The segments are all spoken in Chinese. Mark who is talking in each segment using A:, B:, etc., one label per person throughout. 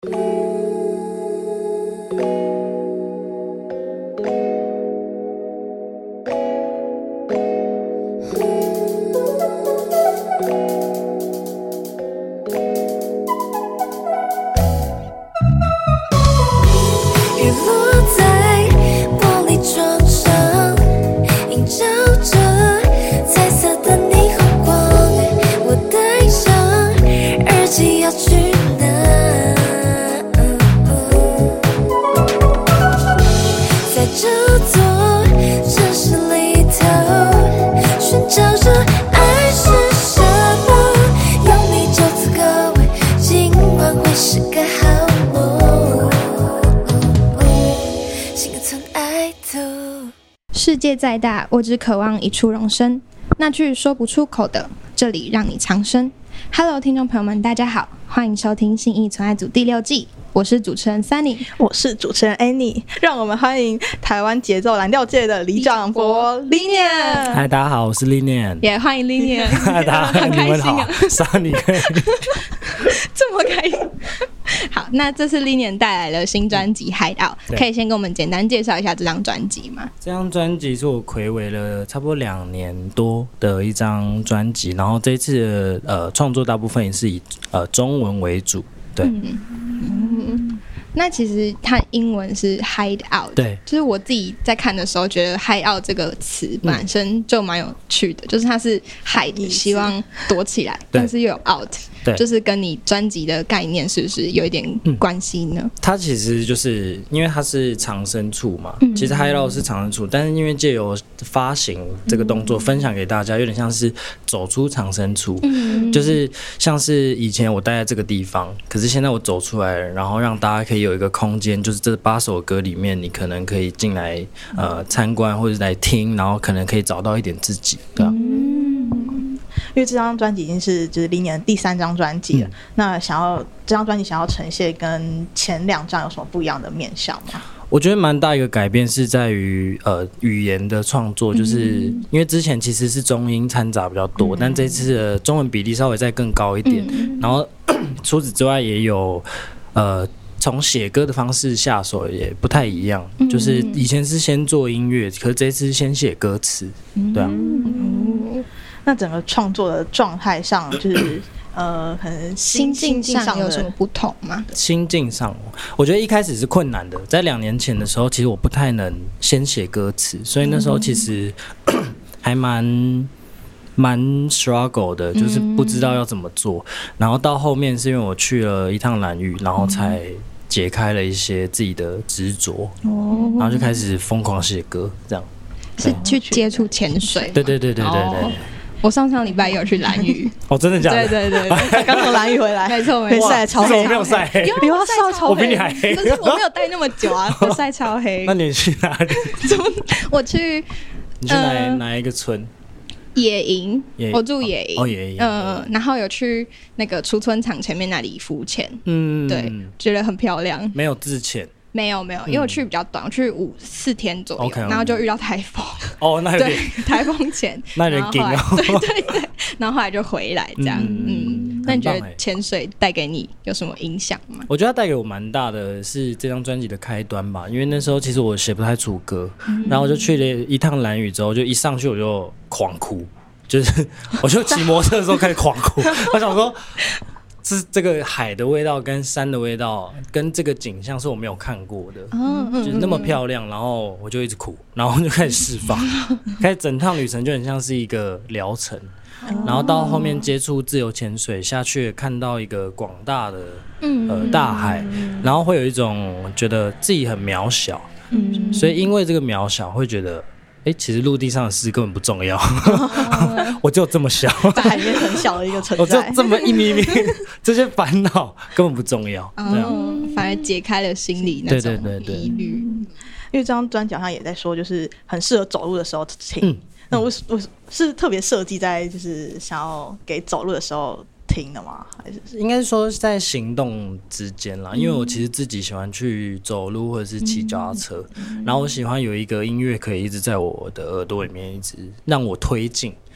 A: 世界再大，我只渴望一处容身。那句说不出口的，这里让你藏身。Hello， 听众朋友们，大家好，欢迎收听《信义存爱组》第6季。我是主持人 Sunny，
B: 我是主持人 Annie， 让我们欢迎台湾节奏蓝调界的李长博 Linian。
C: 嗨，大家好，我是 Linian，
A: 也欢迎 Linian。
C: 大家
A: 很开心啊
C: ，Sunny可以
A: 这么开心。好，那这是 Linian 带来了新专辑《Hideout》，可以先跟我们简单介绍一下这张专辑吗？
C: 这张专辑是我睽违了差不多2年多的一张专辑，然后这一次的创作大部分也是以中文为主，对。
A: 那其实它英文是 hide out，
C: 对，
A: 就是我自己在看的时候觉得 hide out 这个词本身就蛮有趣的，就是它是 hide 希望躲起来，但是又有 out， 就是跟你专辑的概念是不是有一点关系呢？
C: 它其实就是因为它是藏身处嘛，其实 hide out 是藏身处，但是因为借由发行这个动作分享给大家，有点像是走出藏身处，就是像是以前我待在这个地方，可是现在我走出来了，然后让大家可以有一个空间，就是这8首歌里面，你可能可以进来参观或者来听，然后可能可以找到一点自己，对啊。
B: 因为这张专辑已经是就是Linian第3张专辑了，那这张专辑想要呈现跟前2张有什么不一样的面向吗？
C: 我觉得蛮大一个改变是在于语言的创作，就是因为之前其实是中英掺杂比较多，但这次的中文比例稍微再更高一点，然后除此之外也有从写歌的方式下手也不太一样，就是以前是先做音乐，可是这次是先写歌词，对啊。
B: 那整个创作的状态上，就是可能心境上
A: 有什么不同吗？
C: 心境上，我觉得一开始是困难的，在2年前的时候，其实我不太能先写歌词，所以那时候其实还蛮 struggle 的，就是不知道要怎么做。然后到后面是因为我去了一趟兰屿，然后才解开了一些自己的执着，然后就开始疯狂写歌，这样。
A: 是去接触潜水？
C: 对。
A: 我上礼拜也有去兰屿。
C: 哦，真的假的？
B: 对，刚从兰屿回来，
A: 没错，
B: 晒超黑，
C: 我没有晒黑，
B: 有晒超黑，
C: 我比你还黑，
A: 可是我没有待那么久啊，我晒超黑。
C: 那你去哪里？
A: 我去，
C: 你去哪一个村？
A: 野营，我住野营。
C: 野营。
A: 然后有去那个储存场前面那里浮潜，对，觉得很漂亮。
C: 没有自潜。
A: 没有，因为我去比较短，我去4天左右，然后就遇到台风。
C: 那有点
A: 对，台风前，
C: 那有点紧哦。
A: 对，然后后来就回来这样。那你觉得潜水带给你有什么影响吗？
C: 我觉得它带给我蛮大的是这张专辑的开端吧，因为那时候其实我写不太出歌，然后我就去了一趟兰屿之后，就一上去我就狂哭，就是我就骑摩托车的时候开始狂哭，我想说。是这个海的味道跟山的味道跟这个景象是我没有看过的，就是那么漂亮，然后我就一直哭，然后就开始释放，开始整趟旅程就很像是一个疗程，然后到后面接触自由潜水下去，看到一个广大的大海，然后会有一种觉得自己很渺小，所以因为这个渺小会觉得。其实陆地上的事根本不重要，我就这么小，
B: 在海里面很小的一个存在，
C: 我就这么一咪咪，这些烦恼根本不重要，
A: 反而解开了心里那种疑虑。
B: 因为这张专辑好像也在说，就是很适合走路的时候听。那我是特别设计在就是想要给走路的时候听的吗？还是
C: 应该是说在行动之间啦，因为我其实自己喜欢去走路或者是骑脚踏车，然后我喜欢有一个音乐可以一直在我的耳朵里面一直让我推进，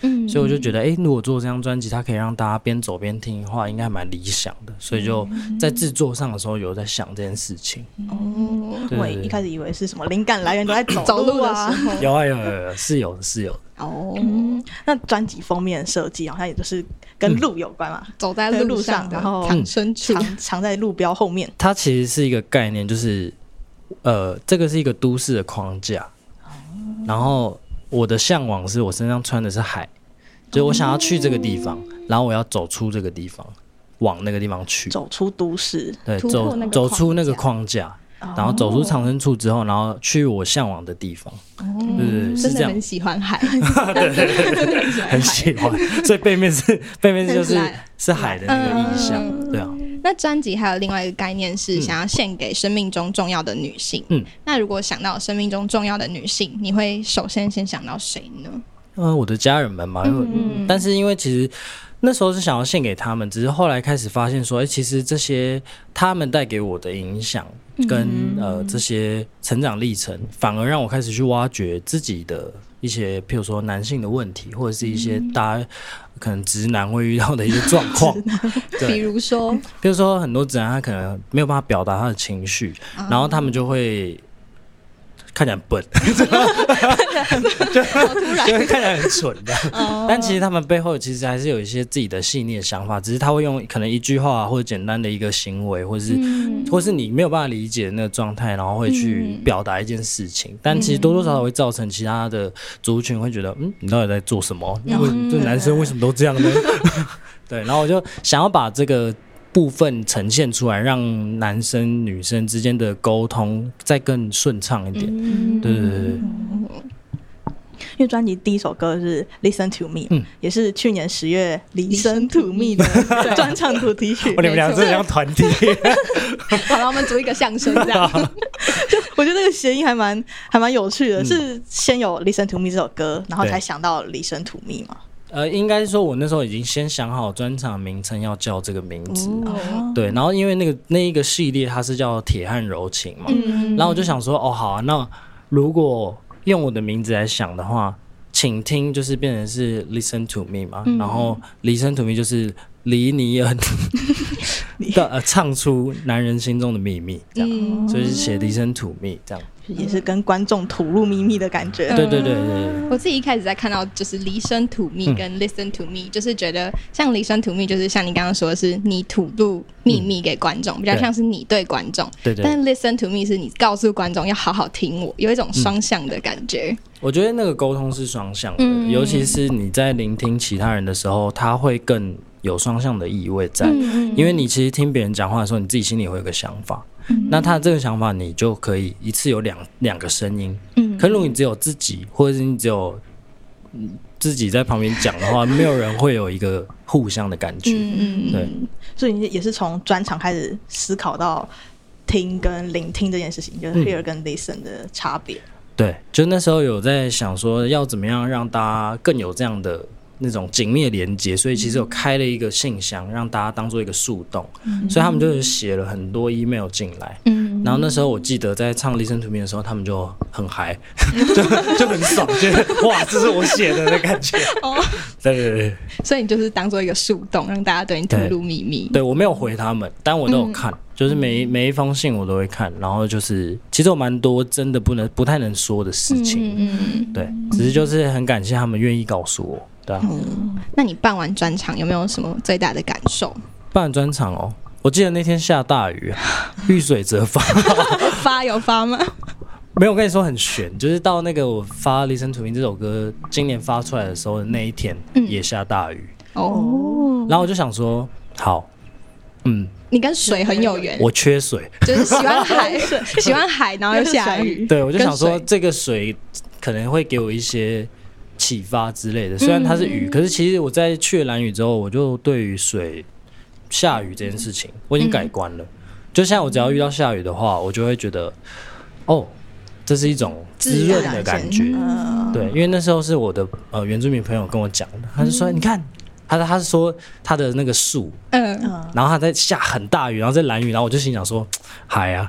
C: 所以我就觉得如果做这张专辑它可以让大家边走边听的话应该蛮理想的，所以就在制作上的时候有在想这件事情。对
B: 我一开始以为是什么灵感来源都在走路
A: 的时候，
C: 有是有
B: 那专辑封面设计好像也就是跟路有关嘛，
A: 走在路上，
B: 然后
A: 藏身处
B: 藏在路标后面。
C: 它其实是一个概念，就是这个是一个都市的框架，然后我的向往是我身上穿的是海，就是我想要去这个地方，然后我要走出这个地方，往那个地方去，
B: 走出都市，
C: 对，走出那个框架。然后走出藏身处之后，然后去我向往的地方。对，是这样。
A: 真的很喜欢海，
C: 对，很喜欢。所以背面就是海的那个意象，对啊。
A: 那专辑还有另外一个概念是想要献给生命中重要的女性。那如果想到生命中重要的女性，你会首先想到谁呢？
C: 我的家人们嘛，但是因为其实那时候是想要献给他们，只是后来开始发现说，其实这些他们带给我的影响跟这些成长历程，反而让我开始去挖掘自己的一些，譬如说男性的问题，或者是一些大家可能直男会遇到的一些状况。
A: 比如说
C: 很多直男他可能没有办法表达他的情绪，然后他们就会看起来很笨，就会看起来很蠢的。但其实他们背后其实还是有一些自己的细腻的想法，只是他会用可能一句话或者简单的一个行为，或是你没有办法理解的那个状态，然后会去表达一件事情。但其实多多少少会造成其他的族群会觉得，你到底在做什么？这男生为什么都这样呢？对，然后我就想要把这个部分呈现出来，让男生女生之间的沟通再更顺畅一点。对。
B: 因为专辑第一首歌是 Listen to Me，也是去年10月 Listen to Me 的专场主题曲。
C: 你们俩真的像团体。
A: 好了，我们组一个相声这样。
B: 就我觉得那个谐音还蛮有趣的，是先有 Listen to Me 这首歌，然后才想到 Listen to Me 嘛。
C: 应该是说我那时候已经先想好专场名称要叫这个名字。对，然后因为那一个系列它是叫铁汉柔情嘛，然后我就想说好啊，那如果用我的名字来想的话，请听就是变成是 Listen to Me 嘛，然后 Listen to Me 就是黎尼恩的唱出男人心中的秘密这样，所以是写 Listen to Me 这样。
B: 也是跟观众吐露秘密的感觉。
C: 对。
A: 我自己一开始在看到就是Listen to Me跟 Listen to Me，就是觉得像 Listen to Me 就是像你刚刚说的是你吐露秘密给观众，比较像是你对观众。对。但 Listen to Me 是你告诉观众要好好听我，有一种双向的感觉。
C: 我觉得那个沟通是双向的，尤其是你在聆听其他人的时候，他会更有双向的意味在。因为你其实听别人讲话的时候，你自己心里会有个想法。那他这个想法你就可以一次有两个声音。可是如果你只有自己，或者是你只有自己在旁边讲的话，没有人会有一个互相的感觉。对。
B: 所以你也是从专场开始思考到听跟聆听这件事情，就是 hear 跟 listen 的差别。
C: 对，就那时候有在想说要怎么样让大家更有这样的那种紧密的连接，所以其实有开了一个信箱，让大家当做一个树洞。所以他们就写了很多 email 进来。然后那时候我记得在唱 Listen to Me 的时候，他们就很嗨，就很爽，觉得哇，这是我写的感觉。对。
A: 所以你就是当做一个树洞，让大家对你吐露秘密。
C: 对，我没有回他们，但我都有看。就是每一封信我都会看，然后就是其实有蛮多真的不太能说的事情。对，只是就是很感谢他们愿意告诉我。对啊。
A: 那你办完专场有没有什么最大的感受？
C: 办完专场我记得那天下大雨，遇水则发。
A: 有发吗？
C: 没有，我跟你说很悬，就是到那个我发《Listen to Me》这首歌今年发出来的时候的那一天，也下大雨。然后我就想说，好，
A: 你跟水很有缘。
C: 我缺水，
A: 就是喜欢海，然后又下雨。
C: 对，我就想说这个水可能会给我一些启发之类的。虽然它是雨，可是其实我在去了兰屿之后，我就对于下雨这件事情我已经改观了。就像我只要遇到下雨的话，我就会觉得这是一种滋润的感觉。对，因为那时候是我的原住民朋友跟我讲的，他就说你看他是说他的那个树，然后他在下很大雨，然后在蓝雨，然后我就心想说，嗨啊，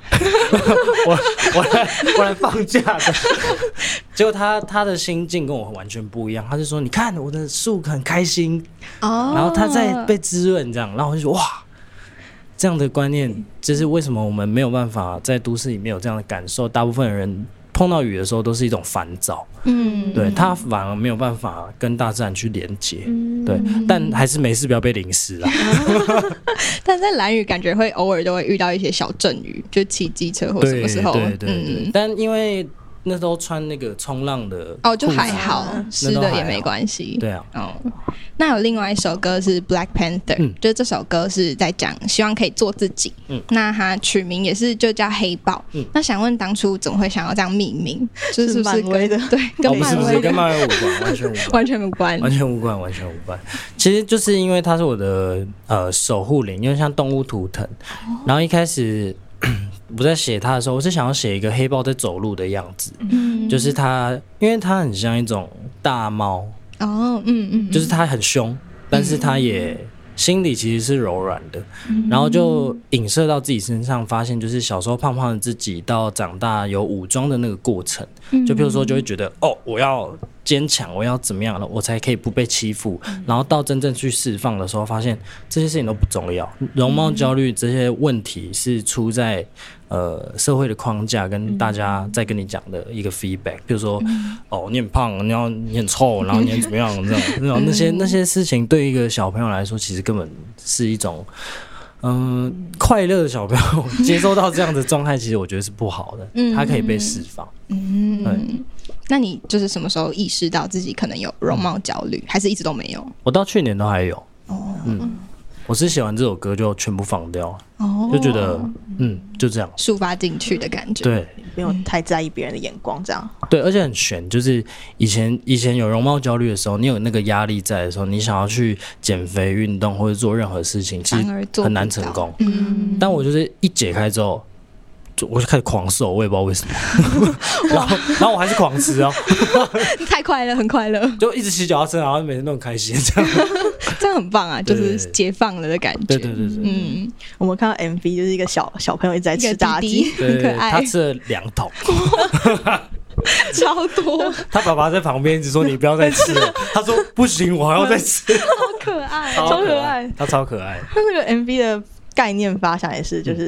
C: 我来放假的。结果他的心境跟我完全不一样，他就说，你看我的树很开心，然后他在被滋润这样，然后我就说哇。这样的观念就是为什么我们没有办法在都市里面有这样的感受，大部分人碰到雨的时候都是一种烦躁，对，他反而没有办法跟大自然去连接，对，但还是没事不要被淋湿啦。
A: 但在兰屿感觉会偶尔都会遇到一些小阵雨，就骑机车或什么时候，
C: 对，但因为那时候穿那个冲浪的
A: 就还好，湿的也没关系。
C: 对啊，
A: 那有另外一首歌是 Black Panther，就是这首歌是在讲希望可以做自己。那它取名也是就叫黑豹。那想问当初怎么会想要这样命名？就是
B: 漫威的，
A: 对，跟漫威
C: 跟漫威无关，完全无关。其实就是因为它是我的守护灵，因为像动物图腾，然后一开始。我在写它的时候，我是想要写一个黑豹在走路的样子，就是它，因为它很像一种大猫，就是它很凶，但是它也心里其实是柔软的，然后就影射到自己身上，发现就是小时候胖胖的自己到长大有武装的那个过程，就譬如说就会觉得我要坚强，我要怎么样了，我才可以不被欺负，然后到真正去释放的时候，发现这些事情都不重要，容貌焦虑这些问题是出在社会的框架跟大家在跟你讲的一个 feedback， 比如说你很胖，你很臭，然后你很怎么样这种那些事情，对一个小朋友来说，其实根本是一种快乐的小朋友接收到这样的状态，其实我觉得是不好的，它可以被释放。
A: 那你就是什么时候意识到自己可能有容貌焦虑，还是一直都没有？
C: 我到去年都还有。我是写完这首歌就全部放掉，就觉得就这样
A: 抒发进去的感觉。
C: 对，
B: 不用太在意别人的眼光，这样。
C: 对，而且很悬，就是以前有容貌焦虑的时候，你有那个压力在的时候，你想要去减肥、运动或者做任何事情，其实很难成功。但我就是一解开之后。我就开始狂瘦，我也不知道为什么，然后我还是狂吃哦，
A: 太快乐，很快乐，
C: 就一直骑脚踏车，然后每天都很开心，
A: 这样很棒啊，就是解放了的感觉。
C: 对，
B: 我们看到 MV 就是一个小朋友一直在吃炸鸡，
A: 很可爱，
C: 他吃了2桶，
A: 超多。
C: 他爸爸在旁边一直说你不要再吃了，他说不行，我还要再吃，
A: 好可爱，
B: 超可爱，
C: 他超可爱。
B: 那个 MV 的概念发想也是就是。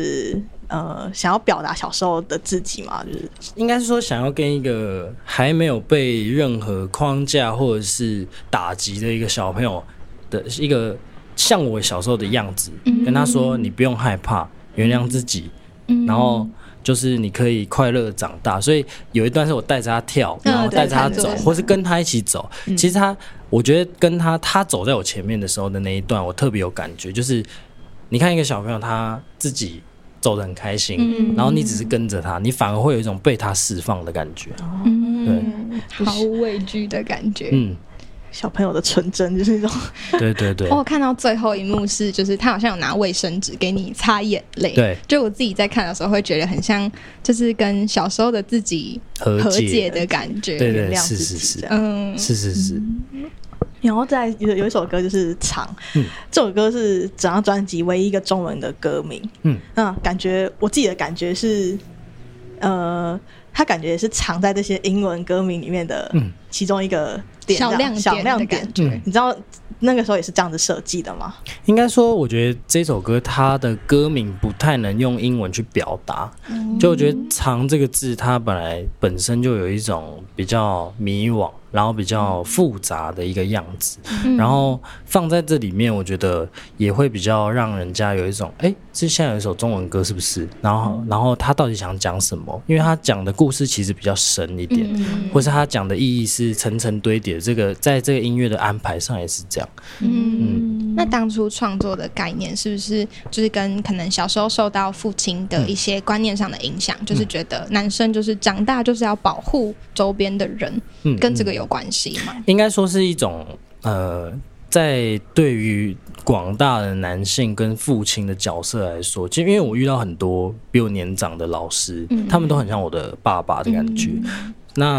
B: 想要表达小时候的自己嘛，就是
C: 应该是说想要跟一个还没有被任何框架或者是打击的一个小朋友的一个像我小时候的样子，跟他说你不用害怕，原谅自己，然后就是你可以快乐长大。所以有一段是我带着他跳，然后带着他走，或是跟他一起走。其实我觉得跟他走在我前面的时候的那一段，我特别有感觉，就是你看一个小朋友他自己。走得很开心，然后你只是跟着他，你反而会有一种被他释放的感觉，
A: 对，毫无畏惧的感觉，
B: 小朋友的纯真就是那种，
C: 对。
A: 我看到最后一幕是，就是他好像有拿卫生纸给你擦眼泪，
C: 对，
A: 就我自己在看的时候会觉得很像，就是跟小时时候的自己和解的感觉，
C: 对，是。
B: 然后再有一首歌就是《藏》，这首歌是整张专辑唯一一个中文的歌名。感觉我自己的感觉是，它感觉也是藏在这些英文歌名里面的其中一个点，
A: 小亮点。
B: 你知道那个时候也是这样子设计的吗？
C: 应该说，我觉得这首歌它的歌名不太能用英文去表达，就我觉得“藏”这个字，它本身就有一种比较迷惘。然后比较复杂的一个样子，然后放在这里面，我觉得也会比较让人家有一种，这现在有一首中文歌是不是？然后他到底想讲什么？因为他讲的故事其实比较深一点，或是他讲的意义是层层堆叠。这个在这个音乐的安排上也是这样。
A: 那当初创作的概念是不是就是跟可能小时候受到父亲的一些观念上的影响，就是觉得男生就是长大就是要保护周边的人，跟这个有关系吗？
C: 应该说是一种在对于广大的男性跟父亲的角色来说，其实因为我遇到很多比我年长的老师，他们都很像我的爸爸的感觉。那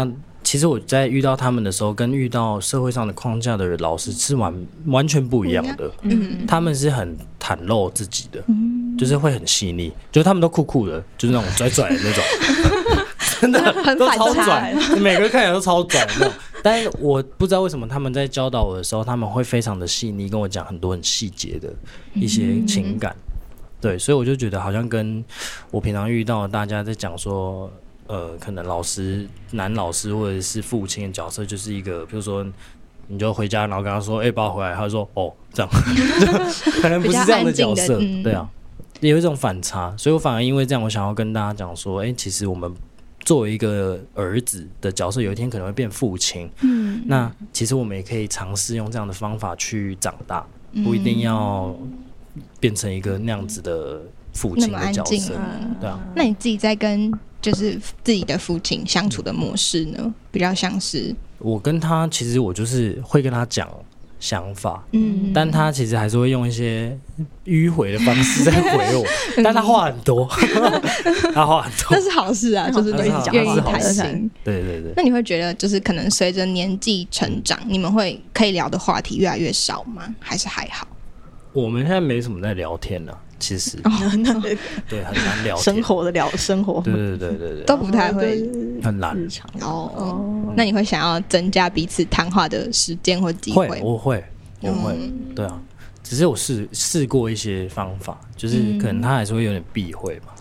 C: 其实我在遇到他们的时候，跟遇到社会上的框架的老师是完全不一样的。他们是很袒露自己的，就是会很细腻，就是他们都酷酷的，就是那种拽拽的那种，真的都超拽，每个人看起来都超拽那种。但是我不知道为什么他们在教导我的时候，他们会非常的细腻，跟我讲很多很细节的一些情感。对，所以我就觉得好像跟我平常遇到的大家在讲说，可能男老师或者是父亲的角色，就是一个，比如说你就回家，然后跟他说，爸我回来，他就说哦这样，可能不是这样的角色，对啊，有一种反差，所以我反而因为这样，我想要跟大家讲说，其实我们作为一个儿子的角色，有一天可能会变父亲，那其实我们也可以尝试用这样的方法去长大，不一定要变成一个那样子的父亲的角色，对啊。
A: 那你自己在跟就是自己的父亲相处的模式呢？比较像是
C: 我跟他，其实我就是会跟他讲想法，但他其实还是会用一些迂回的方式在回我，但他话很多，他话很多，
A: 那是好事啊，就是愿意谈心。
C: 对对对。
A: 那你会觉得，就是可能随着年纪成长，你们会可以聊的话题越来越少吗？还是还好？
C: 我们现在没什么在聊天了，其实，对，很难聊天，
B: 生活，
C: 对，
A: 都不太会，
C: 很难
B: 日常
A: 那你会想要增加彼此谈话的时间或机会？
C: 我会，对啊，只是我试过一些方法，就是可能他还是会有点避讳嘛。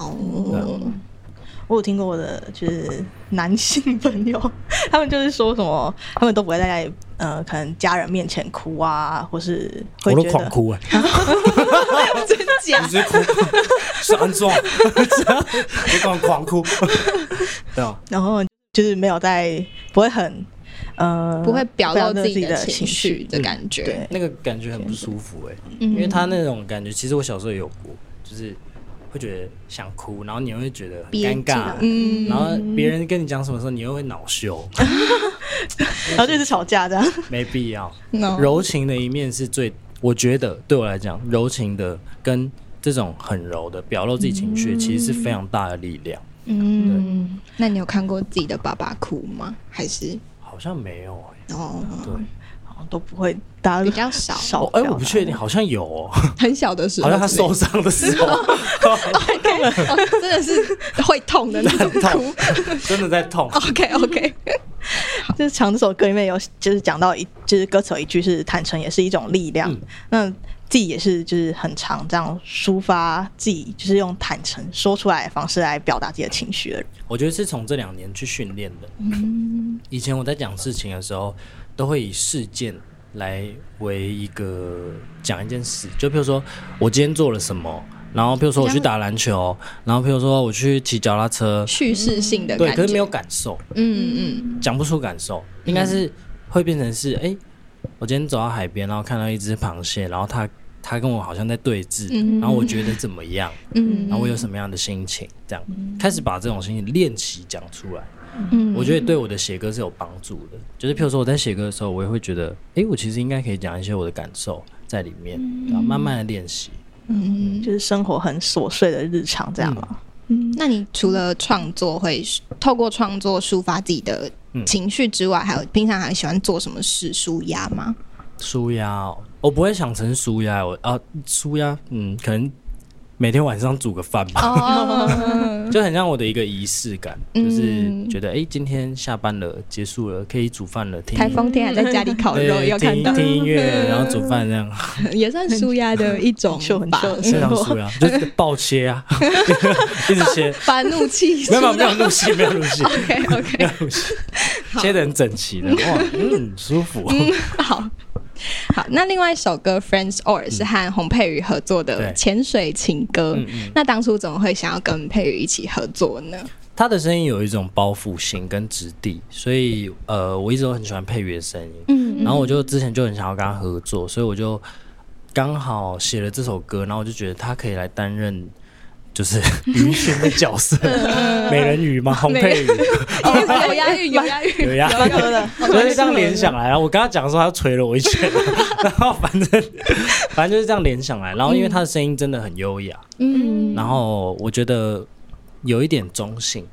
B: 我有听过我的就是男性朋友，他们就是说什么，他们都不会在可能家人面前哭啊，或是会觉得
C: 我都狂哭
B: 真假？
C: 直接哭，是安装，我狂哭，对啊。
B: 然后就是没有不会很
A: 不会表露自己的情绪的感觉，
C: 对，那个感觉很不舒服因为他那种感觉，其实我小时候也有过，就是会觉得想哭，然后你又会觉得很尴尬，然后别人跟你讲什么时候，你又会恼羞，
B: 然后就是吵架这样，
C: 没必要。柔情的一面是我觉得对我来讲，柔情的跟这种很柔的表露自己情绪，其实是非常大的力量。
A: 那你有看过自己的爸爸哭吗？还是
C: 好像没有对。
B: 都不会，大家
A: 比较少。
C: 我不确定，好像有
A: 很小的时候，
C: 好像他受伤的时候，
A: 真的是会痛的那种哭，
C: 真的在痛。
B: OK， 就是《长》这首歌里面有就是讲到就是歌词有一句是坦诚也是一种力量，那自己也是就是很常这样抒发自己，就是用坦诚说出来的方式来表达自己的情绪的人。
C: 我觉得是从这2年去训练的。以前我在讲事情的时候，都会以事件来为讲一件事，就譬如说我今天做了什么，然后譬如说我去打篮球，然后譬如说我去骑脚踏车，
A: 叙事性的感觉，
C: 对，可是没有感受，讲不出感受，应该是会变成是，我今天走到海边，然后看到一只螃蟹，然后他跟我好像在对峙，然后我觉得怎么样，然后我有什么样的心情，这样开始把这种心情练习讲出来。我觉得对我的写歌是有帮助的，就是譬如说我在写歌的时候，我也会觉得，我其实应该可以讲一些我的感受在里面，然后慢慢的练习。
B: 就是生活很琐碎的日常这样吗？
A: 那你除了创作会透过创作抒发自己的情绪之外，还有平常还喜欢做什么事抒压吗？
C: 抒压我不会想成抒压，抒压可能每天晚上煮个饭吧，就很像我的一个仪式感，就是觉得今天下班了，结束了，可以煮饭了，
A: 台风天还在家里烤肉，有看到
C: 听音乐，然后煮饭这样，
A: 也算抒压的一种吧，
C: 非常抒压，就是爆切啊，一直切，
A: 把怒气
C: 没有怒气
A: ，OK， 没有怒气，
C: 切得很整齐的，哇，舒服，
A: 好，那另外一首歌《Friends Or》是和洪佩瑜合作的潜水情歌，那当初怎么会想要跟佩瑜一起合作呢？
C: 他的声音有一种包覆性跟质地，所以我一直都很喜欢佩瑜的声音，然后我就之前就很想要跟他合作，所以我就刚好写了这首歌，然后我就觉得他可以来担任就是鱼群的角色，美人鱼吗？洪佩瑜
A: 有押韵，
B: 的，
C: 所以这样联想来，然后我跟他讲的时候，他捶了我一拳，然后反正就是这样联想来，然后因为他的声音真的很优雅，然后我觉得有一点中性，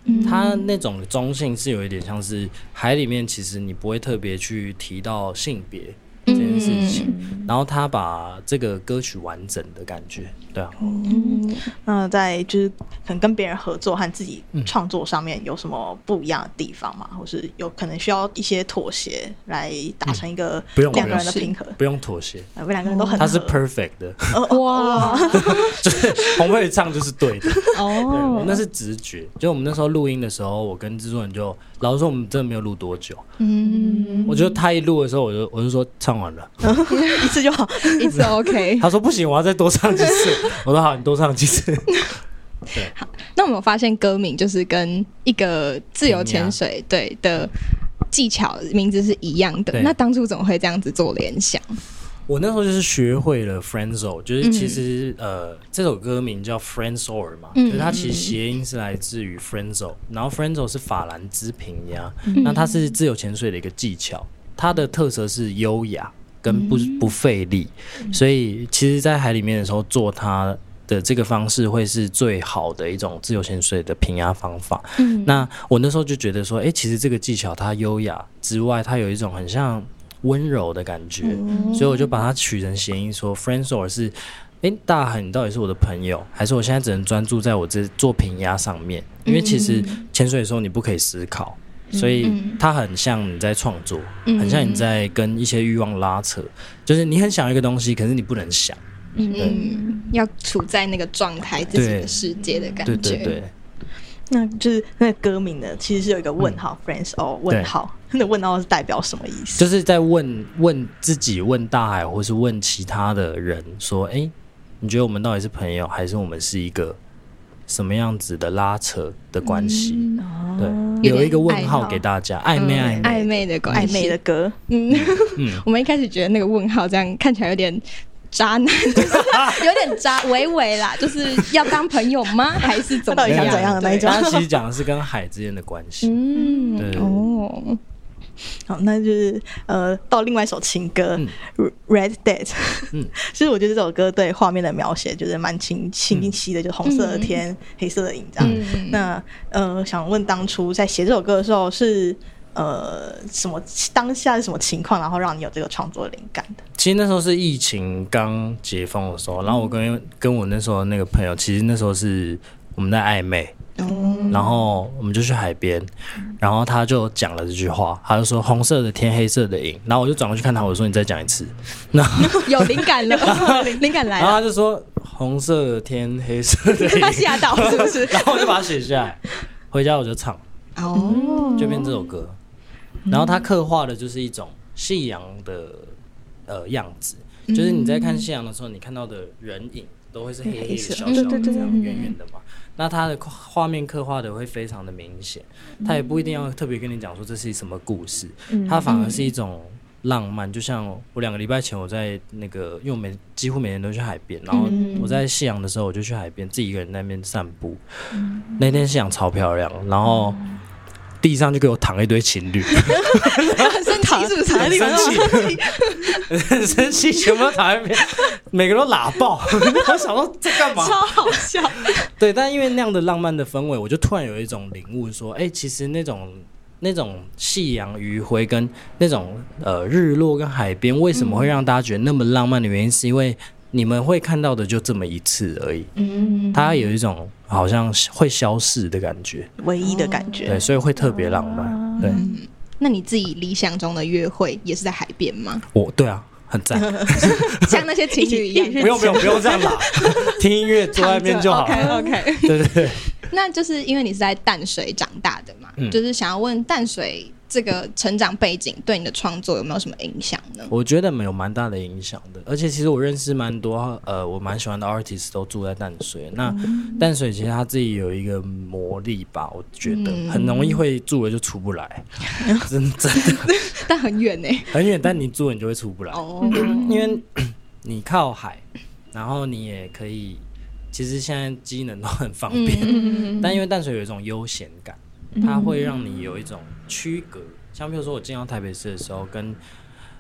C: 它那种中性是有一点像是海里面，其实你不会特别去提到性别这件事情，然后他把这个歌曲完整的感觉，对啊。
B: 那在就是可能跟别人合作和自己创作上面有什么不一样的地方吗？或是有可能需要一些妥协来达成一个两个人的平衡？
C: 不用妥协，
B: 我们两个人都很合，
C: 他是 perfect 的，
A: 哇，
C: 就是洪佩唱就是对的哦，那是直觉。就我们那时候录音的时候，我跟制作人就老实说，我们真的没有录多久。我觉得他一录的时候，我就说唱完了，
B: 一次就好，
A: 一次 OK。
C: 他说不行，我要再多唱几次。我说好，你多唱几次。对，
A: 好，那我们有发现歌名就是跟一个自由潜水对的技巧名字是一样的，那当初怎么会这样子做联想？
C: 我那时候就是学会了 Friendzone， 就是其实这首歌名叫 Friendzone 嘛，就是它其实谐音是来自于 Friendzone， 然后 Friendzone 是法兰兹平压，那它是自由潜水的一个技巧，它的特色是优雅跟不费力，所以其实在海里面的时候做它的这个方式会是最好的一种自由潜水的平压方法。那我那时候就觉得说，其实这个技巧它优雅之外，它有一种很像温柔的感觉，所以我就把它取成谐音，说 Friendzone 是，大海你到底是我的朋友，还是我现在只能专注在我这做平压上面？因为其实潜水的时候你不可以思考，所以它很像你在创作，很像你在跟一些欲望拉扯，就是你很想一个东西，可是你不能想，
A: 要处在那个状态，自己的世界的感觉。对。
B: 那就是那个歌名呢，其实是有一个问号 ，Friendzone 问号，那问号是代表什么意思？
C: 就是在问自己、问大海，或是问其他的人说：“你觉得我们到底是朋友，还是我们是一个什么样子的拉扯的关系？”对，有一个问号给大家，暧
A: 昧的关系，
B: 暧昧的歌。
A: 我们一开始觉得那个问号这样看起来有点渣男，就是有点渣，微啦，就是要当朋友吗？还是怎么样？
B: 到底想怎样的那一种？
C: 他其实讲的是跟海之间的关系。对。
B: 好，那就是到另外一首情歌Red Dead。其实我觉得这首歌对画面的描写就是蛮清晰的，就是红色的天，黑色的影这样。那想问当初在写这首歌的时候是什么当下是什么情况，然后让你有这个创作灵感的？
C: 其实那时候是疫情刚解封的时候，然后我跟我那时候那个朋友，其实那时候是我们在暧昧，然后我们就去海边，然后他就讲了这句话，他就说红色的天，黑色的影，然后我就转过去看他，我说你再讲一次，
A: 有灵感了，灵感来了，
C: 然后他就说红色的天，黑色的影，
A: 他吓到是不是？
C: 然后我就把它写下来，回家我就唱，就变这首歌。然后它刻画的就是一种夕阳的样子，就是你在看夕阳的时候，你看到的人影都会是黑黑的、小小的这样远远的嘛。那它的画面刻画的会非常的明显，它也不一定要特别跟你讲说这是什么故事，它反而是一种浪漫。就像我2个礼拜前我在那个，因为我几乎每天都去海边，然后我在夕阳的时候我就去海边自己一个人在那边散步，那天夕阳超漂亮，然后地上就给我躺一堆情侣，
A: 很生气是不是？
C: 很生气，全部都躺在那边，每个都喇爆。我想说在干嘛？
A: 超好笑。
C: 对，但因为那样的浪漫的氛围，我就突然有一种领悟，说，其实那种夕阳余晖跟那种日落跟海边，为什么会让大家觉得那么浪漫的原因，是因为你们会看到的就这么一次而已，它有一种好像会消逝的感觉，
B: 唯一的感觉，
C: 对，所以会特别浪漫。对，
A: 那你自己理想中的约会也是在海边吗？
C: 对啊，很赞，
A: 像那些情侣一样。
C: 不用这样啦，听音乐坐在那边就好。
A: OK，
C: 对。
A: 那就是因为你是在淡水长大的嘛，就是想要问淡水这个成长背景对你的创作有没有什么影响呢？
C: 我觉得有蛮大的影响的，而且其实我认识蛮多我蛮喜欢的 artist 都住在淡水。那淡水其实他自己有一个魔力吧，我觉得很容易会住了就出不来，真的。
A: 但很远呢，
C: 很远，但你住了你就会出不来，因为你靠海，然后你也可以，其实现在机能都很方便，但因为淡水有一种悠闲感，它会让你有一种区隔。像比如说我进到台北市的时候，跟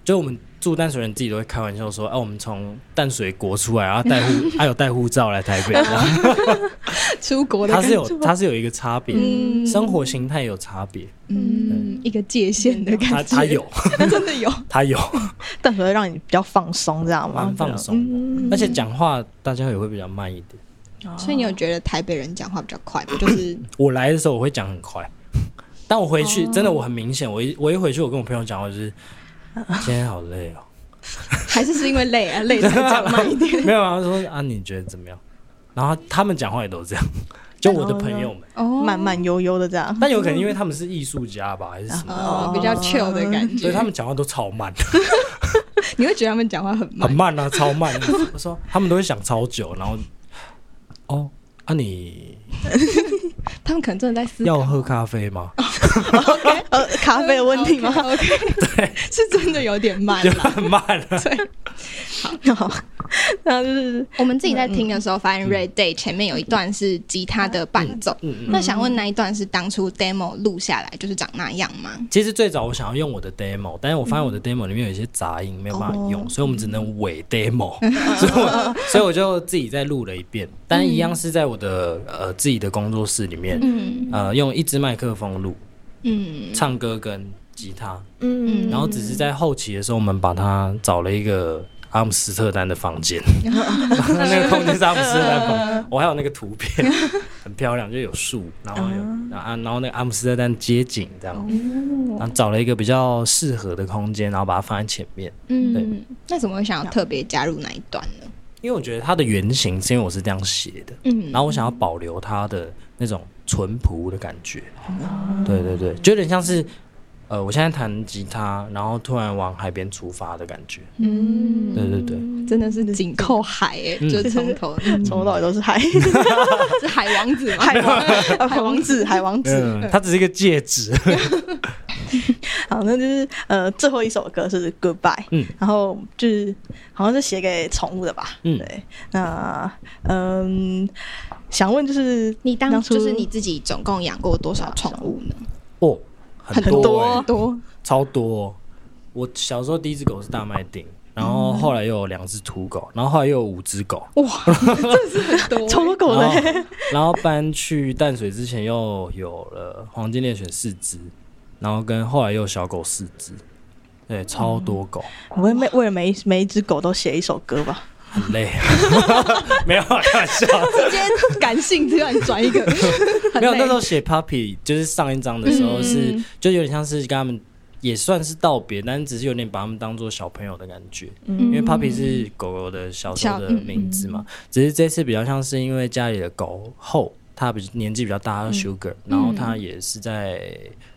C: 就我们住淡水人自己都会开玩笑说，我们从淡水国出来，然后有带护照来台北，
A: 出国的感觉，
C: 它是有一个差别，生活形态有差别，
A: 一个界限的感觉，
C: 它有，
A: 真的有，
C: 它有，
B: 淡水会让你比较放松，这样吗？
C: 蛮放松的，而且讲话大家也会比较慢一点。
A: 所以你有觉得台北人讲话比较快吗？就是
C: 我来的时候我会讲很快，但我回去真的我很明显，我一回去我跟我朋友讲话就是今天好累哦，
A: 还是因为累啊，累才讲慢一点。
C: 没有啊，说啊你觉得怎么样？然后他们讲话也都这样，就我的朋友们
B: 慢慢悠悠的这样。
C: 但有可能因为他们是艺术家吧，还是什么，
A: 比较 chill 的感觉，
C: 所以他们讲话都超慢。
A: 你会觉得他们讲话很慢？
C: 很慢啊，超慢。我说他们都会想超久，然后你
A: 他们可能真的在思考
C: 要喝咖啡吗
B: ？OK， 咖啡的问题吗
A: ？OK， 对，是真的有点慢，
C: 就很慢了。
A: 对，好，
B: 那就是
A: 我们自己在听的时候，发现 Red Day 前面有一段是吉他的伴奏。那想问那一段是当初 demo 录下来就是长那样吗？
C: 其实最早我想要用我的 demo， 但是我发现我的 demo 里面有一些杂音没有办法用，所以我们只能伪 demo， 所以我就自己再录了一遍，但一样是在我的自己的工作室里面，用一支麦克风录，唱歌跟吉他，然后只是在后期的时候，我们把它找了一个阿姆斯特丹的房间，那个空间是阿姆斯特丹房间，我还有那个图片，很漂亮，就有树，然后然后那个阿姆斯特丹街景这样，然后找了一个比较适合的空间，然后把它放在前面。对，
A: 那怎么会想要特别加入那一段呢？
C: 因为我觉得它的原型是因为我是这样写的，然后我想要保留它的那种淳朴的感觉。对对对，就有点像是我现在弹吉他，然后突然往海边出发的感觉。对对对，
A: 真的是紧扣海就从头
B: 到尾都是海，
A: 是海王子吗？
B: 海王子，
C: 它只是一个戒指。
B: 好，那就是最后一首歌是 Goodbye，然后就是好像是写给宠物的吧？对，那想问就是
A: 你当初就是你自己总共养过多少宠物呢？
C: 很
B: 多，
C: 超多。我小时候第一只狗是大麦町，然后后来又有2只土狗，然后后来又有5只狗。
A: 哇，真是很多，
B: 超多狗的。
C: 然后搬去淡水之前又有了黄金猎犬4只，然后跟后来又有小狗4只，对，超多狗。
B: 我会为了每一只狗都写一首歌吧。
C: 很累，没有开玩笑，
A: 直接感性突然转一个，
C: 没有。那时候写 Puppy 就是上一张的时候是，就有点像是跟他们也算是道别，但是只是有点把他们当做小朋友的感觉，因为 Puppy 是狗狗的小时候的名字嘛，只是这次比较像是因为家里的狗后，它年纪比较大，叫 Sugar，然后它也是在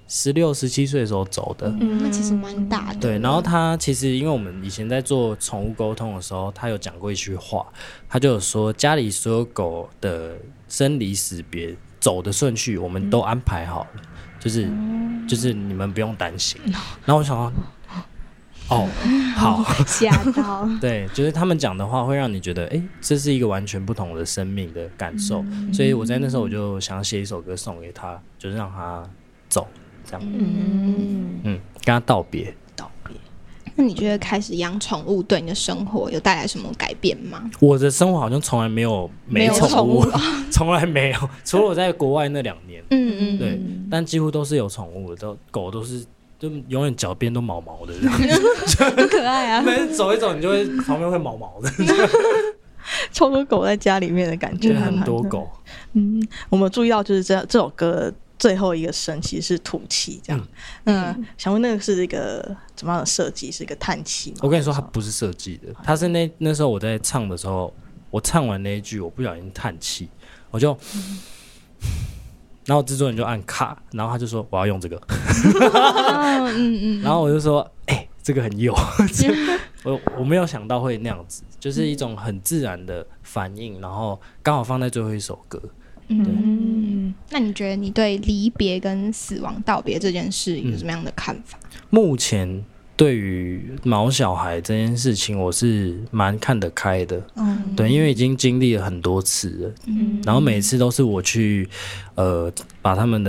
C: 16、17岁的时候走的，
A: 那其实蛮大的。
C: 对，然后他其实因为我们以前在做宠物沟通的时候，他有讲过一句话，他就有说家里所有狗的生离死别走的顺序我们都安排好了，就是你们不用担心。然后我想说好
A: 吓到
C: 对，就是他们讲的话会让你觉得这是一个完全不同的生命的感受，所以我在那时候我就想写一首歌送给他，就是让他走这样，跟他道别。
A: 那你觉得开始养宠物对你的生活有带来什么改变吗？
C: 我的生活好像从来没有没宠物，从来没有，除了我在国外那2年，对，但几乎都是有宠物的，狗都是就永远脚边都毛毛的这样，
A: 很可爱啊。
C: 每次走一走，你就会旁边会毛毛的，
B: 超多狗在家里面的感觉，
C: 很多狗。
B: 我们注意到就是这首歌最后一个声其实是吐气这样。想问那个是一个怎么样的设计？是一个叹气吗？
C: 我跟你说，它不是设计的，它是那时候我在唱的时候，我唱完那一句，我不小心叹气，我就，然后制作人就按卡，然后他就说我要用这个，然后我就说这个很有，我没有想到会那样子，就是一种很自然的反应，然后刚好放在最后一首歌。
A: 那你觉得你对离别跟死亡道别这件事有什么样的看法？
C: 目前对于毛小孩这件事情，我是蛮看得开的。对，因为已经经历了很多次了，然后每次都是我去把他们的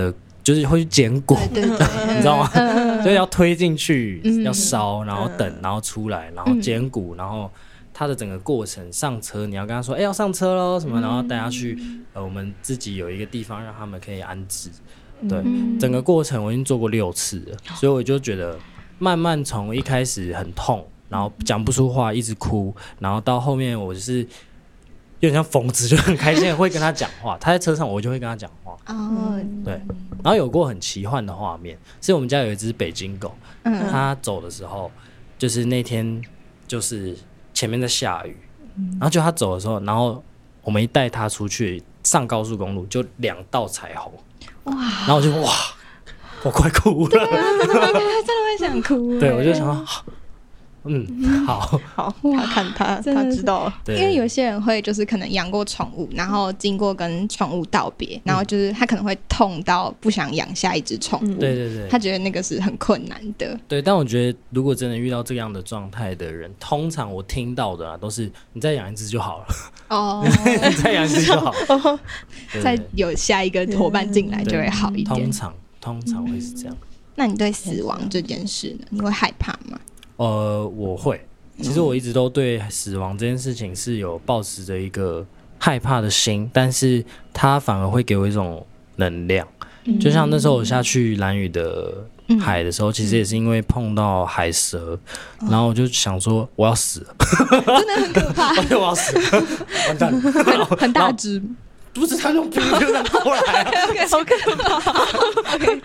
C: 就是会去捡果，
A: 对，
C: 你知道吗？所以要推进去，要烧，然后等，然后出来，然后捡骨，然后它的整个过程上车，你要跟他说，要上车咯什么，然后带他去我们自己有一个地方让他们可以安置。对，整个过程我已经做过6次了，所以我就觉得慢慢从一开始很痛，然后讲不出话，一直哭，然后到后面我就是有点像疯子，就很开心会跟他讲话。他在车上，我就会跟他讲话。对。然后有过很奇幻的画面，是我们家有一只北京狗，它走的时候，就是那天就是前面在下雨，然后就它走的时候，然后我们一带它出去上高速公路，就2道彩虹。哇！然后我就哇，我快哭了，
A: 真的会想哭。
C: 对，我就想说，好，
B: 他知道了。
A: 因为有些人会就是可能养过宠物，然后经过跟宠物道别，然后就是他可能会痛到不想养下一只宠物。
C: 对，他
A: 觉得那个是很困难的。
C: 对，但我觉得如果真的遇到这样的状态的人，通常我听到的都是你再养一只就好了。你再养一只就好了。
A: 再有下一个伙伴进来就会好一点。
C: 通常会是这样。
A: 那你对死亡这件事呢？你会害怕吗？
C: 我会。其实我一直都对死亡这件事情是有抱持着一个害怕的心，但是它反而会给我一种能量。就像那时候我下去兰屿的海的时候，其实也是因为碰到海蛇，然后我就想说我要死了，
A: 真的很可怕。
C: 我要死了，完蛋了，
A: 很大只。
C: 不是他用冰就这样过来
A: 好可怕。OK，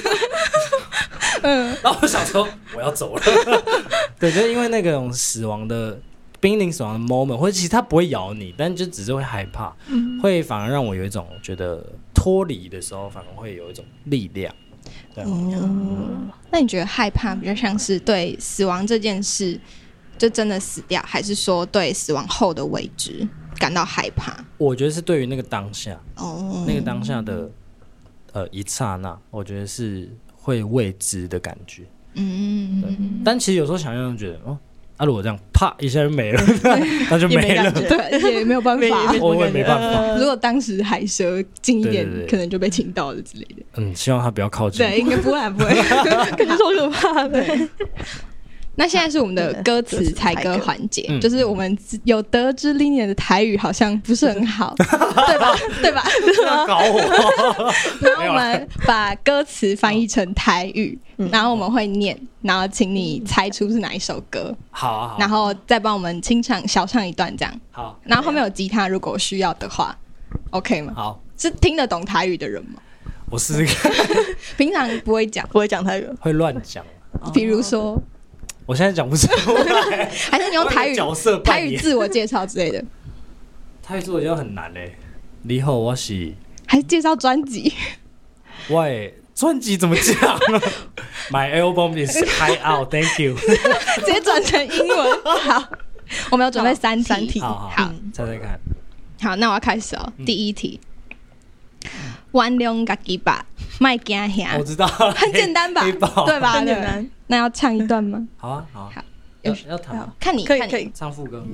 C: 然后我想说我要走了。对，就是因为那种死亡的濒临死亡的 moment， 或者其实它不会咬你，但就只是会害怕，会反而让我有一种觉得脱离的时候，反而会有一种力量。对。
A: 那你觉得害怕比较像是对死亡这件事就真的死掉，还是说对死亡后的未知感到害怕？
C: 我觉得是对于那个当下，那个当下的一刹那，我觉得是会未知的感觉。但其实有时候想想觉得，如果这样啪一下就没了，那就没了，
A: 对，也没有办法，
C: 我也没办法。
A: 如果当时海蛇近一点，可能就被亲到了之类的。
C: 希望他不要靠近。
A: 对，应该不会，
B: 感觉超可怕的。
A: 那现在是我们的歌词采歌环节，就是我们有得知 Linian 的台语好像不是很好，对吧？
C: 搞我！
A: 然后我们把歌词翻译成台语，然后我们会念，然后请你猜出是哪一首歌。
C: 好。
A: 然后再帮我们小唱一段这样。
C: 好。
A: 然后后面有吉他，如果需要的话 ，OK 吗？
C: 好。是
A: 听得懂台语的人吗？
C: 我试试看。
A: 平常不会讲
B: 台语，
C: 会乱讲。
A: 比如说。
C: 我现在讲不出来，
A: 还是你用台语自我介绍之类的？
C: 台语自我介绍很难嘞。你好，我是。
A: 还是介绍专辑？
C: 喂，专辑怎么讲？My album is high out, thank you 。
A: 直接转成英文。好，我们要准备3题。
C: 好，猜猜看。
A: 好，那我要开始哦。第1题，原谅自己吧，别惊吓。
C: 我知道，
A: 很简单吧？对吧？
B: 很简单。
A: 那要唱一段吗？
C: 好啊。要弹吗？
A: 看你
B: 可以
C: 唱副歌。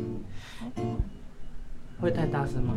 C: 会太大声吗？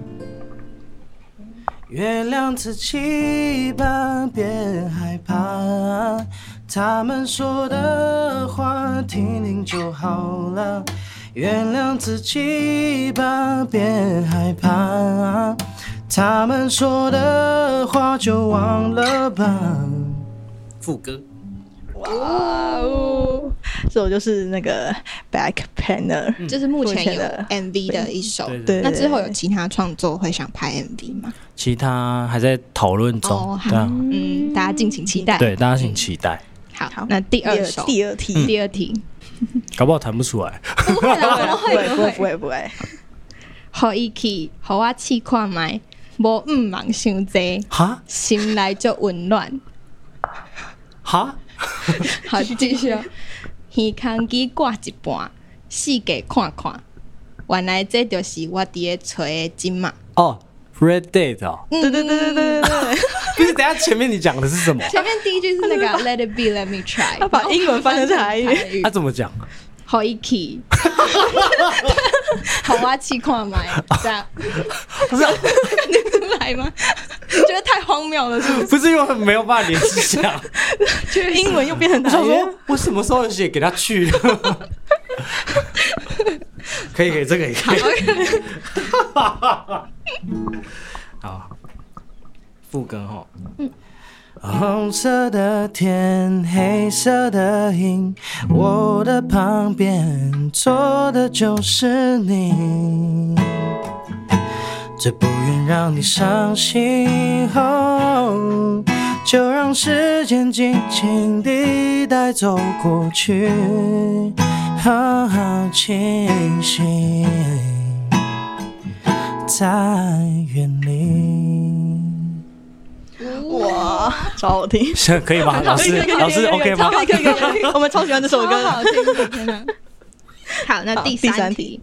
C: 原谅自己吧，别害怕，他们说的话听听就好了。原谅自己吧，别害怕，他们说的话就忘了吧。副歌。
B: 哇哦！这首就是那个 Backpacker，
A: 就是目前有 MV 的一首。
C: 对。
A: 那之后有其他创作会想拍 MV 吗？
C: 其他还在讨论中。
A: 好，大家敬请期待。
C: 对，大家请期待。
A: 好，那第二题，
C: 搞不好弹不出来。
A: 不会啦，
B: 不会。
A: 好伊去，好我试看卖，无忙伤济，心内就温暖。
C: 哈？
A: 好，继续哦。耳空机挂一半，世界看看，原来这就是我伫咧找的金嘛。
C: Red Date 哦。
B: 对。
C: 不是，等一下前面你讲的是什么？
A: 前面第一句是那个 Let it be, let me try。
B: 他把英文翻成台语。
C: 他怎么讲？
A: 好一起，好我试看卖，这样。不是看得出来吗？你觉得太荒
B: 荒谬了，是不是？
C: 不是因为没有办法联系上，
B: 英文又变成台语。
C: 我想说，我什么时候有写给他去？可以，这个也可以。好，副歌哈。红色的天，黑色的影，我的旁边坐的就是你。最不愿让你伤心后，就让时间静静地带走过去，好好清醒，在远离。
B: 哇，超好听，
C: 可以吗？老师 OK 吗？
B: 可以，我们超喜欢这首歌，
A: 好听，天哪！好，那第三题，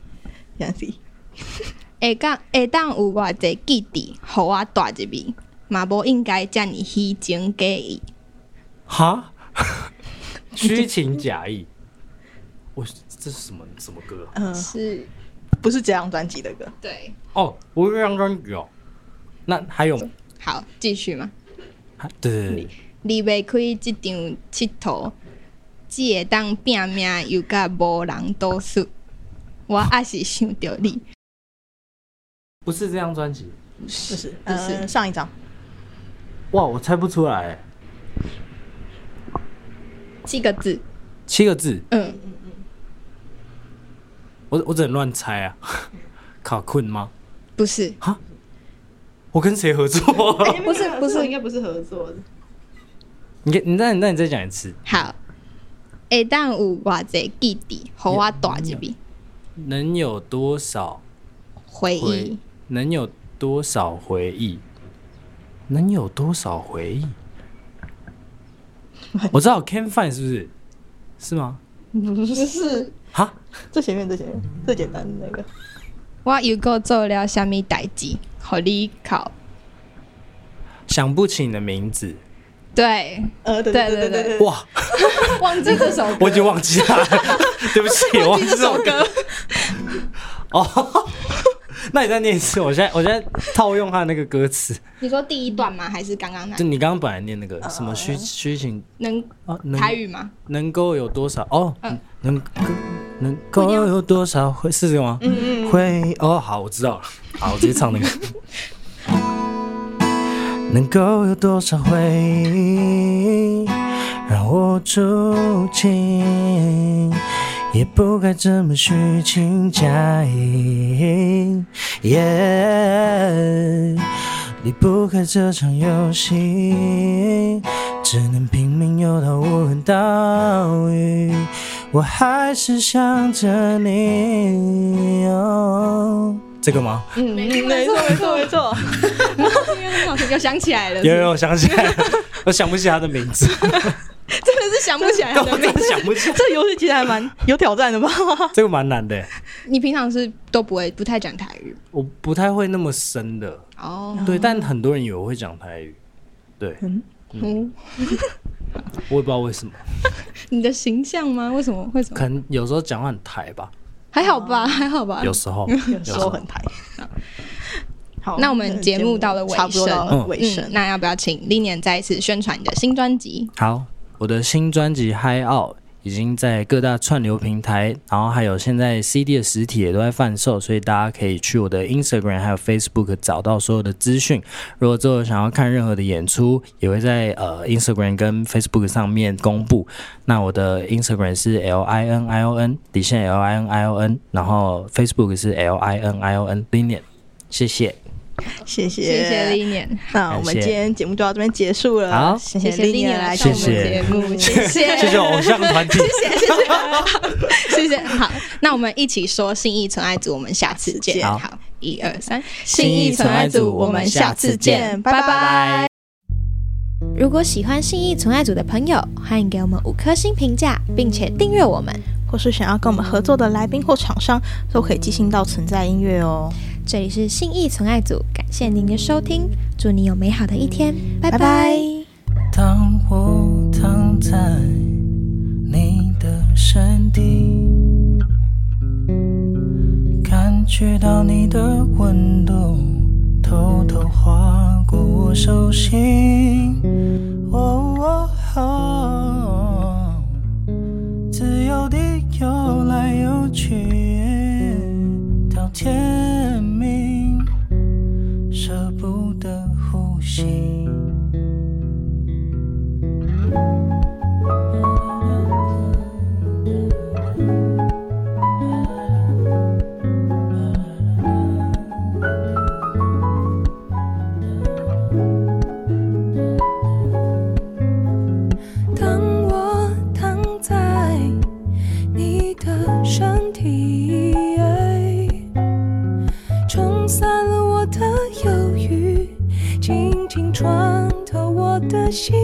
A: 会当有偌济记忆，互我带入去，嘛无应该这么虚情假意。
C: 哈，虚情假意，这是什么歌啊？
B: 是不是这张专辑的歌？
A: 对，
C: 哦，不是这张专辑哦。那还有？
A: 好，继续嘛。
C: 对，
A: 离袂开这场佚佗，只会当拼命又甲无人倒数。我还是想着你。
C: 不是这张专辑，
B: 不是，上一张。
C: 哇，我猜不出来。
A: 7个字。
C: 7个字。
A: 嗯。
C: 我只能乱猜啊。卡困吗？
A: 不是。
C: 哈？我跟谁合作？
B: 不是，应该不是合作的。
C: 你再讲一次。
A: 好，会当有偌济记忆，互我带入去。
C: 能有多少
A: 回忆？
C: 能有多少回忆？能有多少回忆？我知道 Can Find 是不是？是吗？
B: 不是。
C: 哈？
B: 最前面最简单的那个。
A: 我又搁做了什么代志，互你考？
C: 想不起你的名字。
A: 对，
B: 对。
C: 哇，
A: 忘记这首歌，
C: 我已经忘记它了，对不起，我忘记这首歌。哦，那你再念一次，我现在套用他那个歌词。
A: 你说第一段吗？还是刚刚那？
C: 就你刚刚本来念那个什么虚情，
A: 能台语吗？
C: 能够有多少？哦，能够有多少回？是这个吗？回哦，好，我知道了。好，我直接唱那个。能够有多少回忆让我住进，也不该这么虚情假意。离不开这场游戏，只能拼命游到无人岛屿。我还是想着你。这个吗？
B: 没错。
A: 又想起来了。
C: 有想起来了，我想不起他的名字。
A: 真的是想不起来他的名字，
C: 想不起来。
B: 这个游戏其实还蛮有挑战的吧？
C: 这个蛮难的。
A: 你平常是都不太讲台语？
C: 我不太会那么深的。哦，对，但很多人以为我会讲台语。对，我也不知道为什么。
A: 你的形象吗？为什么？
C: 可能有时候讲话很台吧。
A: 还好吧。
C: 有时候
B: 很台。
A: 好，那我们节目到了尾声，
B: 差不多到了尾声。
A: 那要不要请 Linian 再一次宣传你的新专辑？
C: 好，我的新专辑《High Out》已经在各大串流平台，然后还有现在 CD 的实体也都在贩售，所以大家可以去我的 Instagram 还有 Facebook 找到所有的资讯。如果之后想要看任何的演出，也会在Instagram 跟 Facebook 上面公布。那我的 Instagram 是 LINION _LINION， 然后 Facebook 是 LINION Linian。谢谢
A: Linian。
B: 那我们今天节目就到这边结束了。
C: 好，
A: 谢谢 Linian 来上我们节目，谢
C: 谢偶像团体，
A: 谢谢。好，那我们一起说信义纯爱组，我们下次见。好，1、2、3，信义纯爱组，我们下次见，拜拜。如果喜欢信义纯爱组的朋友，欢迎给我们5颗星评价，并且订阅我们。
B: 或是想要跟我们合作的来宾或厂商，都可以寄信到存在音乐哦。
A: 这里是信义纯爱组，感谢您的收听，祝你有美好的一天，拜拜。
C: 当我躺在你的身体，感觉到你的温度偷偷划过我手
D: 心。自由地游来游去到天明，舍不得呼吸。冲散了我的忧郁，轻轻穿透我的心。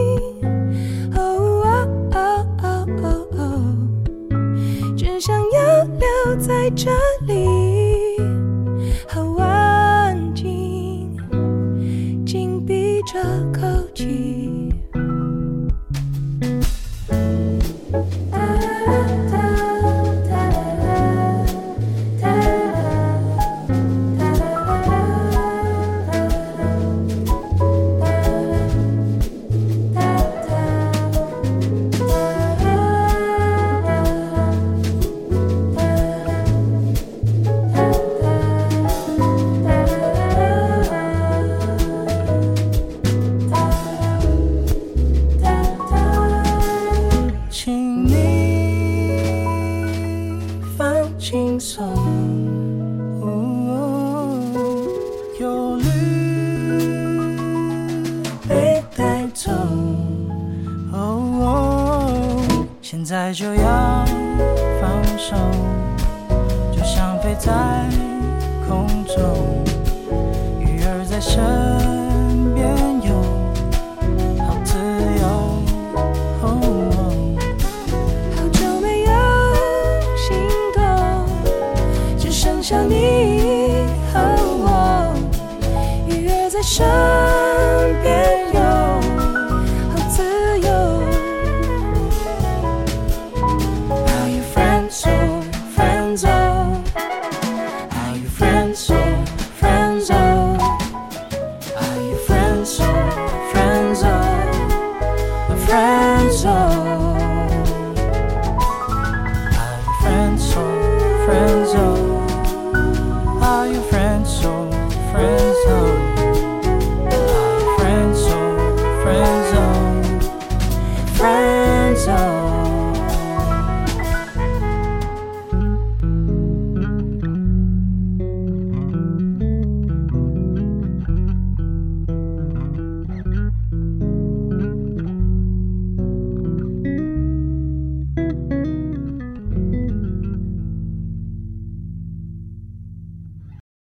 D: 只想要留在这里，好安静，紧闭着口气。轻松，忧虑被带走，现在就要放手，就像飞在空中，鱼儿在深